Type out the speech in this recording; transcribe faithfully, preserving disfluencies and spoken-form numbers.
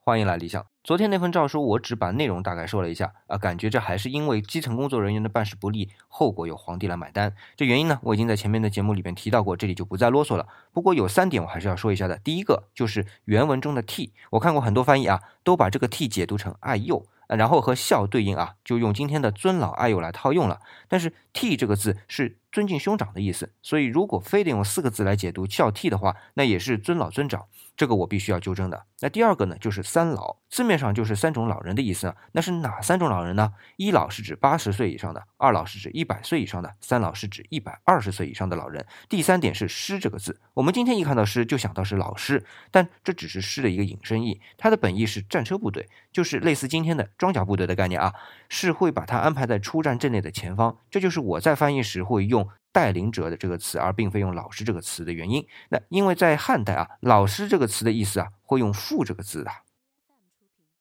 欢迎来理想。昨天那份诏书我只把内容大概说了一下啊，感觉这还是因为基层工作人员的办事不力，后果由皇帝来买单。这原因呢，我已经在前面的节目里面提到过，这里就不再啰嗦了。不过有三点我还是要说一下的。第一个就是原文中的替，我看过很多翻译啊，都把这个替解读成爱幼，然后和孝对应啊，就用今天的尊老爱幼来套用了。但是替这个字是尊敬兄长的意思，所以如果非得用四个字来解读孝悌的话，那也是尊老尊长，这个我必须要纠正的。那第二个呢，就是三老，字面上就是三种老人的意思呢。那是哪三种老人呢？一老是指八十岁以上的，二老是指一百岁以上的，三老是指一百二十岁以上的老人。第三点是师这个字，我们今天一看到师就想到是老师，但这只是师的一个引申义，它的本意是战车部队，就是类似今天的装甲部队的概念啊，是会把它安排在出战阵内的前方。这就是我在翻译时会用带领者的这个词，而并非用老师这个词的原因。那因为在汉代啊，老师这个词的意思啊，会用父这个字的。